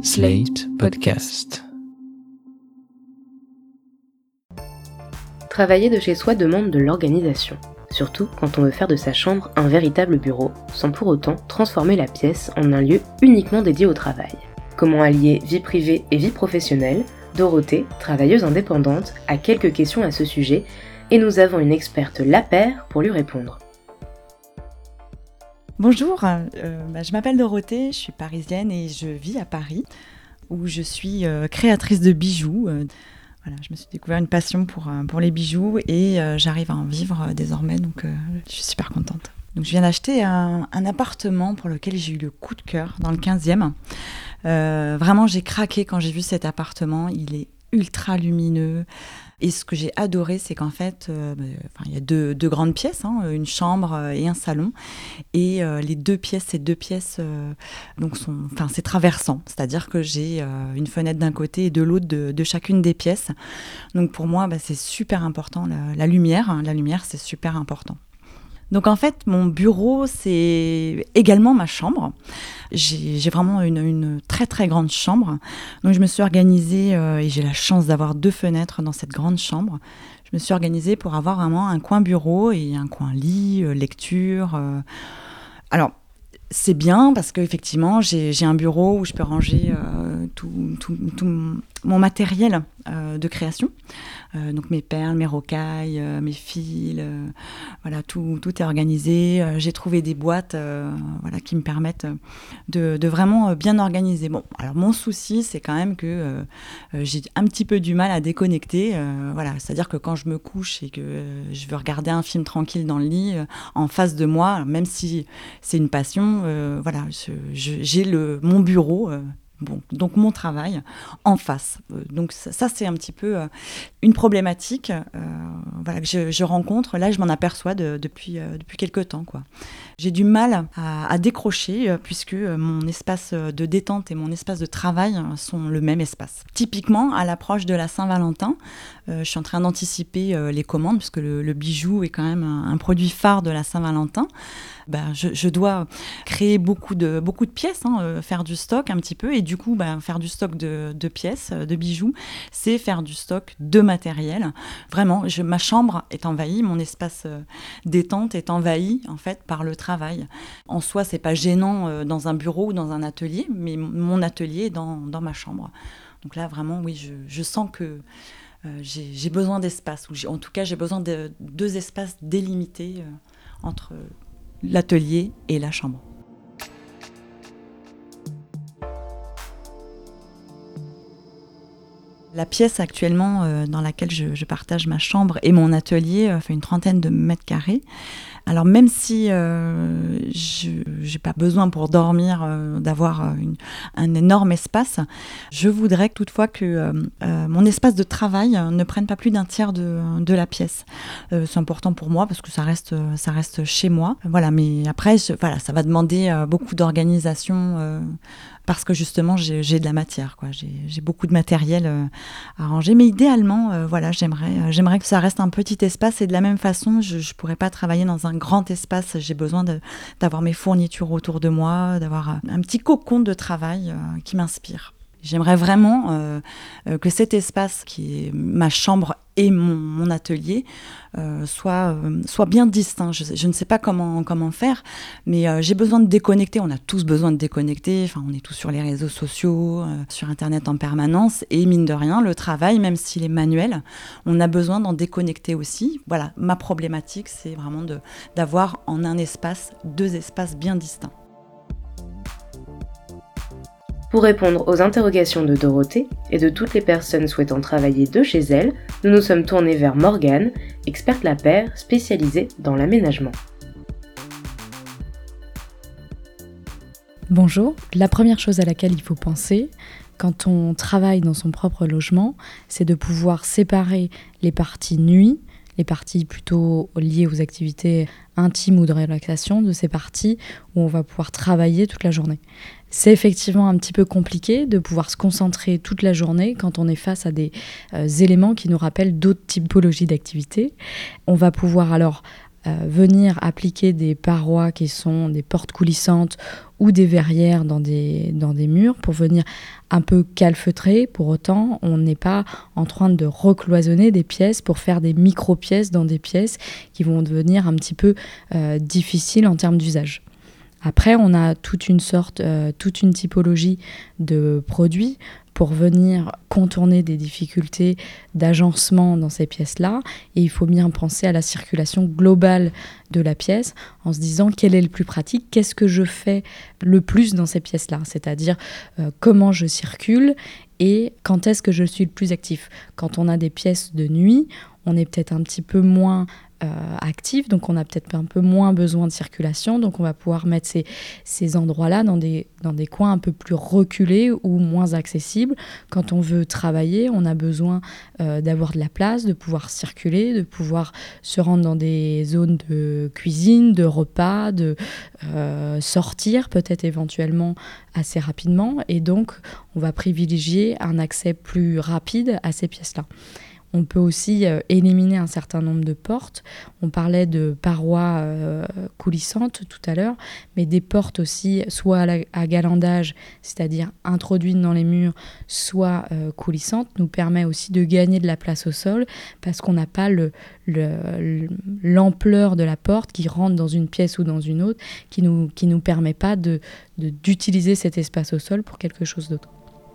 Slate Podcast. Travailler de chez soi demande de l'organisation, surtout quand on veut faire de sa chambre un véritable bureau, sans pour autant transformer la pièce en un lieu uniquement dédié au travail. Comment allier vie privée et vie professionnelle ? Dorothée, travailleuse indépendante, a quelques questions à ce sujet et nous avons une experte lapère pour lui répondre. Bonjour, je m'appelle Dorothée, je suis parisienne et je vis à Paris où je suis créatrice de bijoux. Voilà, je me suis découvert une passion pour les bijoux et j'arrive à en vivre désormais, donc je suis super contente. Donc, je viens d'acheter un appartement pour lequel j'ai eu le coup de cœur dans le 15e. Vraiment, j'ai craqué quand j'ai vu cet appartement. Il est ultra lumineux. Et ce que j'ai adoré, c'est qu'en fait, il y a deux grandes pièces, une chambre et un salon. Et ces deux pièces c'est traversant. C'est-à-dire que j'ai une fenêtre d'un côté et de l'autre de chacune des pièces. Donc pour moi, c'est super important. La lumière, c'est super important. Donc en fait, mon bureau, c'est également ma chambre. J'ai vraiment une très très grande chambre. Donc je me suis organisée, et j'ai la chance d'avoir 2 fenêtres dans cette grande chambre. Je me suis organisée pour avoir vraiment un coin bureau et un coin lit, lecture. Alors, c'est bien parce qu'effectivement, j'ai un bureau où je peux ranger tout mon matériel de création. Donc mes perles, mes rocailles, mes fils, tout est organisé. J'ai trouvé des boîtes qui me permettent de vraiment bien organiser. Bon, alors mon souci, c'est quand même que j'ai un petit peu du mal à déconnecter. C'est-à-dire que quand je me couche et que je veux regarder un film tranquille dans le lit, en face de moi, même si c'est une passion, j'ai mon bureau. Donc mon travail en face. Donc ça c'est un petit peu une problématique que je rencontre. Là, je m'en aperçois depuis quelques temps, quoi. J'ai du mal à décrocher puisque mon espace de détente et mon espace de travail sont le même espace. Typiquement, à l'approche de la Saint-Valentin, je suis en train d'anticiper les commandes puisque le bijou est quand même un produit phare de la Saint-Valentin. Je dois créer beaucoup de pièces, faire du stock un petit peu, et du coup, faire du stock de pièces, de bijoux, c'est faire du stock de matériel. Vraiment, ma chambre est envahie, mon espace détente est envahi en fait par le travail. En soi, c'est pas gênant dans un bureau ou dans un atelier, mais mon atelier est dans ma chambre. Donc là, vraiment, oui, je sens que j'ai besoin d'espace, en tout cas, j'ai besoin de 2 espaces délimités entre l'atelier et la chambre. La pièce actuellement dans laquelle je partage ma chambre et mon atelier fait une 30aine de mètres carrés. Alors même si je n'ai pas besoin pour dormir d'avoir un énorme espace, je voudrais toutefois que mon espace de travail ne prenne pas plus d'un tiers de la pièce. C'est important pour moi parce que ça reste chez moi. Voilà, mais après, ça va demander beaucoup d'organisation parce que justement, j'ai de la matière, quoi. J'ai beaucoup de matériel à ranger. Mais idéalement, j'aimerais que ça reste un petit espace et de la même façon, je ne pourrais pas travailler dans un grand espace. J'ai besoin d'avoir mes fournitures autour de moi, d'avoir un petit cocon de travail qui m'inspire. J'aimerais vraiment que cet espace qui est ma chambre et mon atelier soit bien distinct. Je ne sais pas comment faire, mais j'ai besoin de déconnecter. On a tous besoin de déconnecter. On est tous sur les réseaux sociaux, sur Internet en permanence. Et mine de rien, le travail, même s'il est manuel, on a besoin d'en déconnecter aussi. Voilà, ma problématique, c'est vraiment d'avoir en un espace 2 espaces bien distincts. Pour répondre aux interrogations de Dorothée et de toutes les personnes souhaitant travailler de chez elle, nous nous sommes tournés vers Morgane, experte lapère spécialisée dans l'aménagement. Bonjour, la première chose à laquelle il faut penser quand on travaille dans son propre logement, c'est de pouvoir séparer les parties nuit, les parties plutôt liées aux activités intimes ou de relaxation, de ces parties où on va pouvoir travailler toute la journée. C'est effectivement un petit peu compliqué de pouvoir se concentrer toute la journée quand on est face à des éléments qui nous rappellent d'autres typologies d'activités. On va pouvoir alors venir appliquer des parois qui sont des portes coulissantes ou des verrières dans des murs pour venir un peu calfeutrer. Pour autant, on n'est pas en train de recloisonner des pièces pour faire des micro-pièces dans des pièces qui vont devenir un petit peu difficiles en termes d'usage. Après, on a toute une typologie de produits pour venir contourner des difficultés d'agencement dans ces pièces-là. Et il faut bien penser à la circulation globale de la pièce en se disant quel est le plus pratique, qu'est-ce que je fais le plus dans ces pièces-là, c'est-à-dire comment je circule et quand est-ce que je suis le plus actif. Quand on a des pièces de nuit, on est peut-être un petit peu moins actif, donc on a peut-être un peu moins besoin de circulation, donc on va pouvoir mettre ces endroits-là dans des coins un peu plus reculés ou moins accessibles. Quand on veut travailler, on a besoin d'avoir de la place, de pouvoir circuler, de pouvoir se rendre dans des zones de cuisine, de repas, de sortir peut-être éventuellement assez rapidement, et donc on va privilégier un accès plus rapide à ces pièces-là. On peut aussi éliminer un certain nombre de portes. On parlait de parois coulissantes tout à l'heure, mais des portes aussi, soit à galandage, c'est-à-dire introduites dans les murs, soit coulissantes, nous permet aussi de gagner de la place au sol parce qu'on n'a pas l'ampleur de la porte qui rentre dans une pièce ou dans une autre, qui nous permet pas d'utiliser cet espace au sol pour quelque chose d'autre.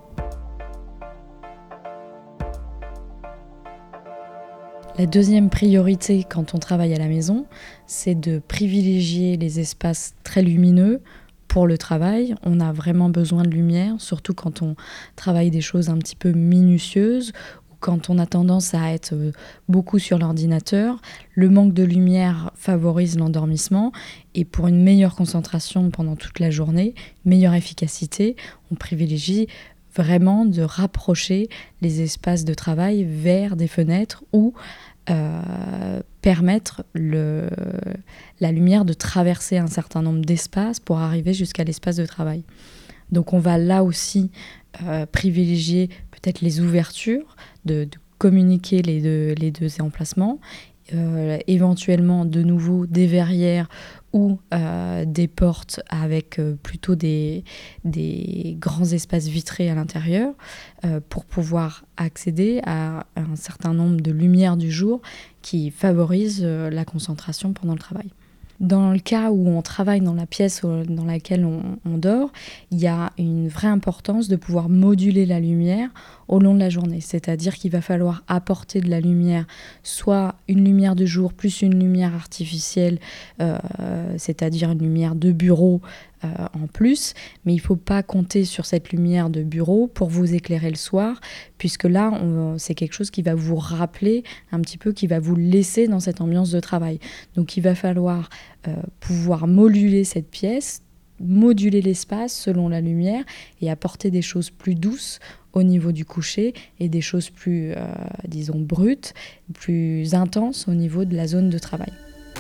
La deuxième priorité quand on travaille à la maison, c'est de privilégier les espaces très lumineux pour le travail. On a vraiment besoin de lumière, surtout quand on travaille des choses un petit peu minutieuses ou quand on a tendance à être beaucoup sur l'ordinateur. Le manque de lumière favorise l'endormissement et pour une meilleure concentration pendant toute la journée, meilleure efficacité, on privilégie vraiment de rapprocher les espaces de travail vers des fenêtres ou permettre la lumière de traverser un certain nombre d'espaces pour arriver jusqu'à l'espace de travail. Donc on va là aussi privilégier peut-être les ouvertures, de communiquer les deux emplacements, éventuellement de nouveau des verrières ou des portes avec plutôt des grands espaces vitrés à l'intérieur pour pouvoir accéder à un certain nombre de lumières du jour qui favorisent la concentration pendant le travail. Dans le cas où on travaille dans la pièce dans laquelle on dort, il y a une vraie importance de pouvoir moduler la lumière au long de la journée. C'est-à-dire qu'il va falloir apporter de la lumière, soit une lumière de jour plus une lumière artificielle, c'est-à-dire une lumière de bureau en plus, mais il ne faut pas compter sur cette lumière de bureau pour vous éclairer le soir, puisque là, c'est quelque chose qui va vous rappeler un petit peu, qui va vous laisser dans cette ambiance de travail. Donc il va falloir pouvoir moduler cette pièce, moduler l'espace selon la lumière et apporter des choses plus douces au niveau du coucher et des choses plus, disons, brutes, plus intenses au niveau de la zone de travail.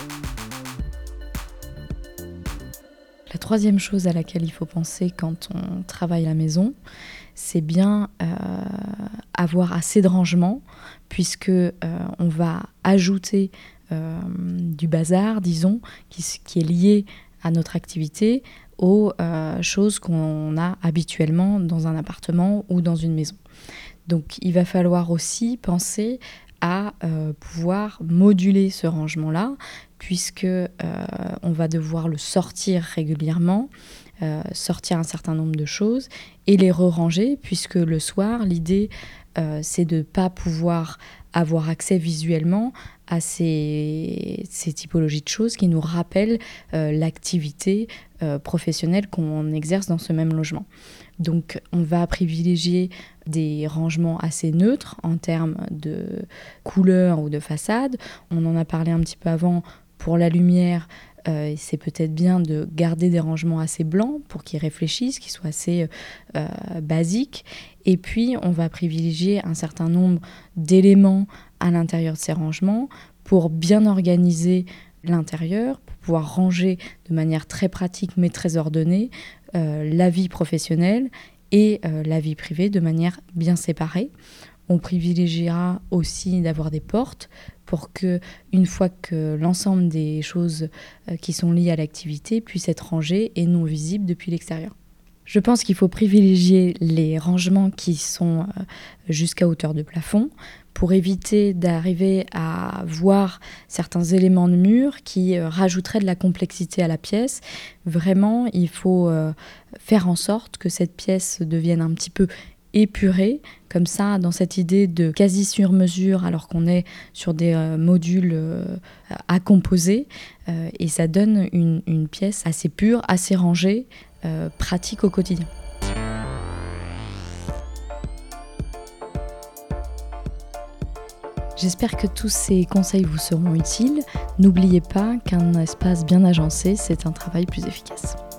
La troisième chose à laquelle il faut penser quand on travaille à la maison, c'est bien avoir assez de rangement, puisque on va ajouter du bazar, disons, qui est lié à notre activité, aux choses qu'on a habituellement dans un appartement ou dans une maison. Donc il va falloir aussi penser à pouvoir moduler ce rangement-là, puisque on va devoir le sortir régulièrement, sortir un certain nombre de choses et les re-ranger, puisque le soir, l'idée, c'est de ne pas pouvoir avoir accès visuellement à ces typologies de choses qui nous rappellent l'activité professionnelle qu'on exerce dans ce même logement. Donc on va privilégier des rangements assez neutres en termes de couleur ou de façade. On en a parlé un petit peu avant. Pour la lumière, c'est peut-être bien de garder des rangements assez blancs pour qu'ils réfléchissent, qu'ils soient assez basiques. Et puis, on va privilégier un certain nombre d'éléments à l'intérieur de ces rangements pour bien organiser l'intérieur, pour pouvoir ranger de manière très pratique mais très ordonnée la vie professionnelle et la vie privée de manière bien séparée. On privilégiera aussi d'avoir des portes pour que, une fois que l'ensemble des choses qui sont liées à l'activité puissent être rangées et non visibles depuis l'extérieur. Je pense qu'il faut privilégier les rangements qui sont jusqu'à hauteur de plafond pour éviter d'arriver à voir certains éléments de mur qui rajouteraient de la complexité à la pièce. Vraiment, il faut faire en sorte que cette pièce devienne un petit peu épurée, comme ça, dans cette idée de quasi sur mesure, alors qu'on est sur des modules à composer, et ça donne une pièce assez pure, assez rangée, pratique au quotidien. J'espère que tous ces conseils vous seront utiles. N'oubliez pas qu'un espace bien agencé, c'est un travail plus efficace.